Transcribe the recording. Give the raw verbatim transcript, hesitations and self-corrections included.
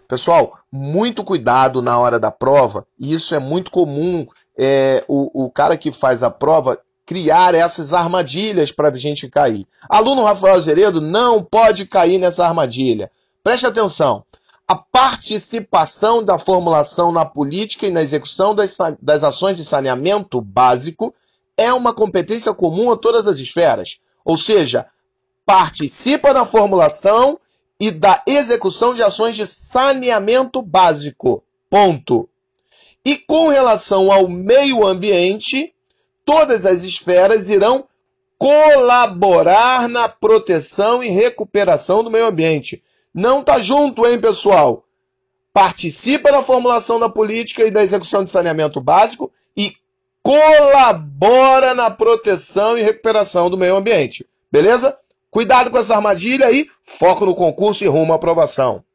Pessoal, muito cuidado na hora da prova, e isso é muito comum, é, o, o cara que faz a prova criar essas armadilhas para a gente cair. Aluno Rafael Azeredo não pode cair nessa armadilha. Preste atenção. A participação da formulação na política e na execução das, das ações de saneamento básico é uma competência comum a todas as esferas. Ou seja, participa na formulação e da execução de ações de saneamento básico. Ponto. E com relação ao meio ambiente, todas as esferas irão colaborar na proteção e recuperação do meio ambiente. Não tá junto, hein, pessoal? Participa na formulação da política e da execução de saneamento básico e colabora na proteção e recuperação do meio ambiente. Beleza? Cuidado com essa armadilha aí, foco no concurso e rumo à aprovação.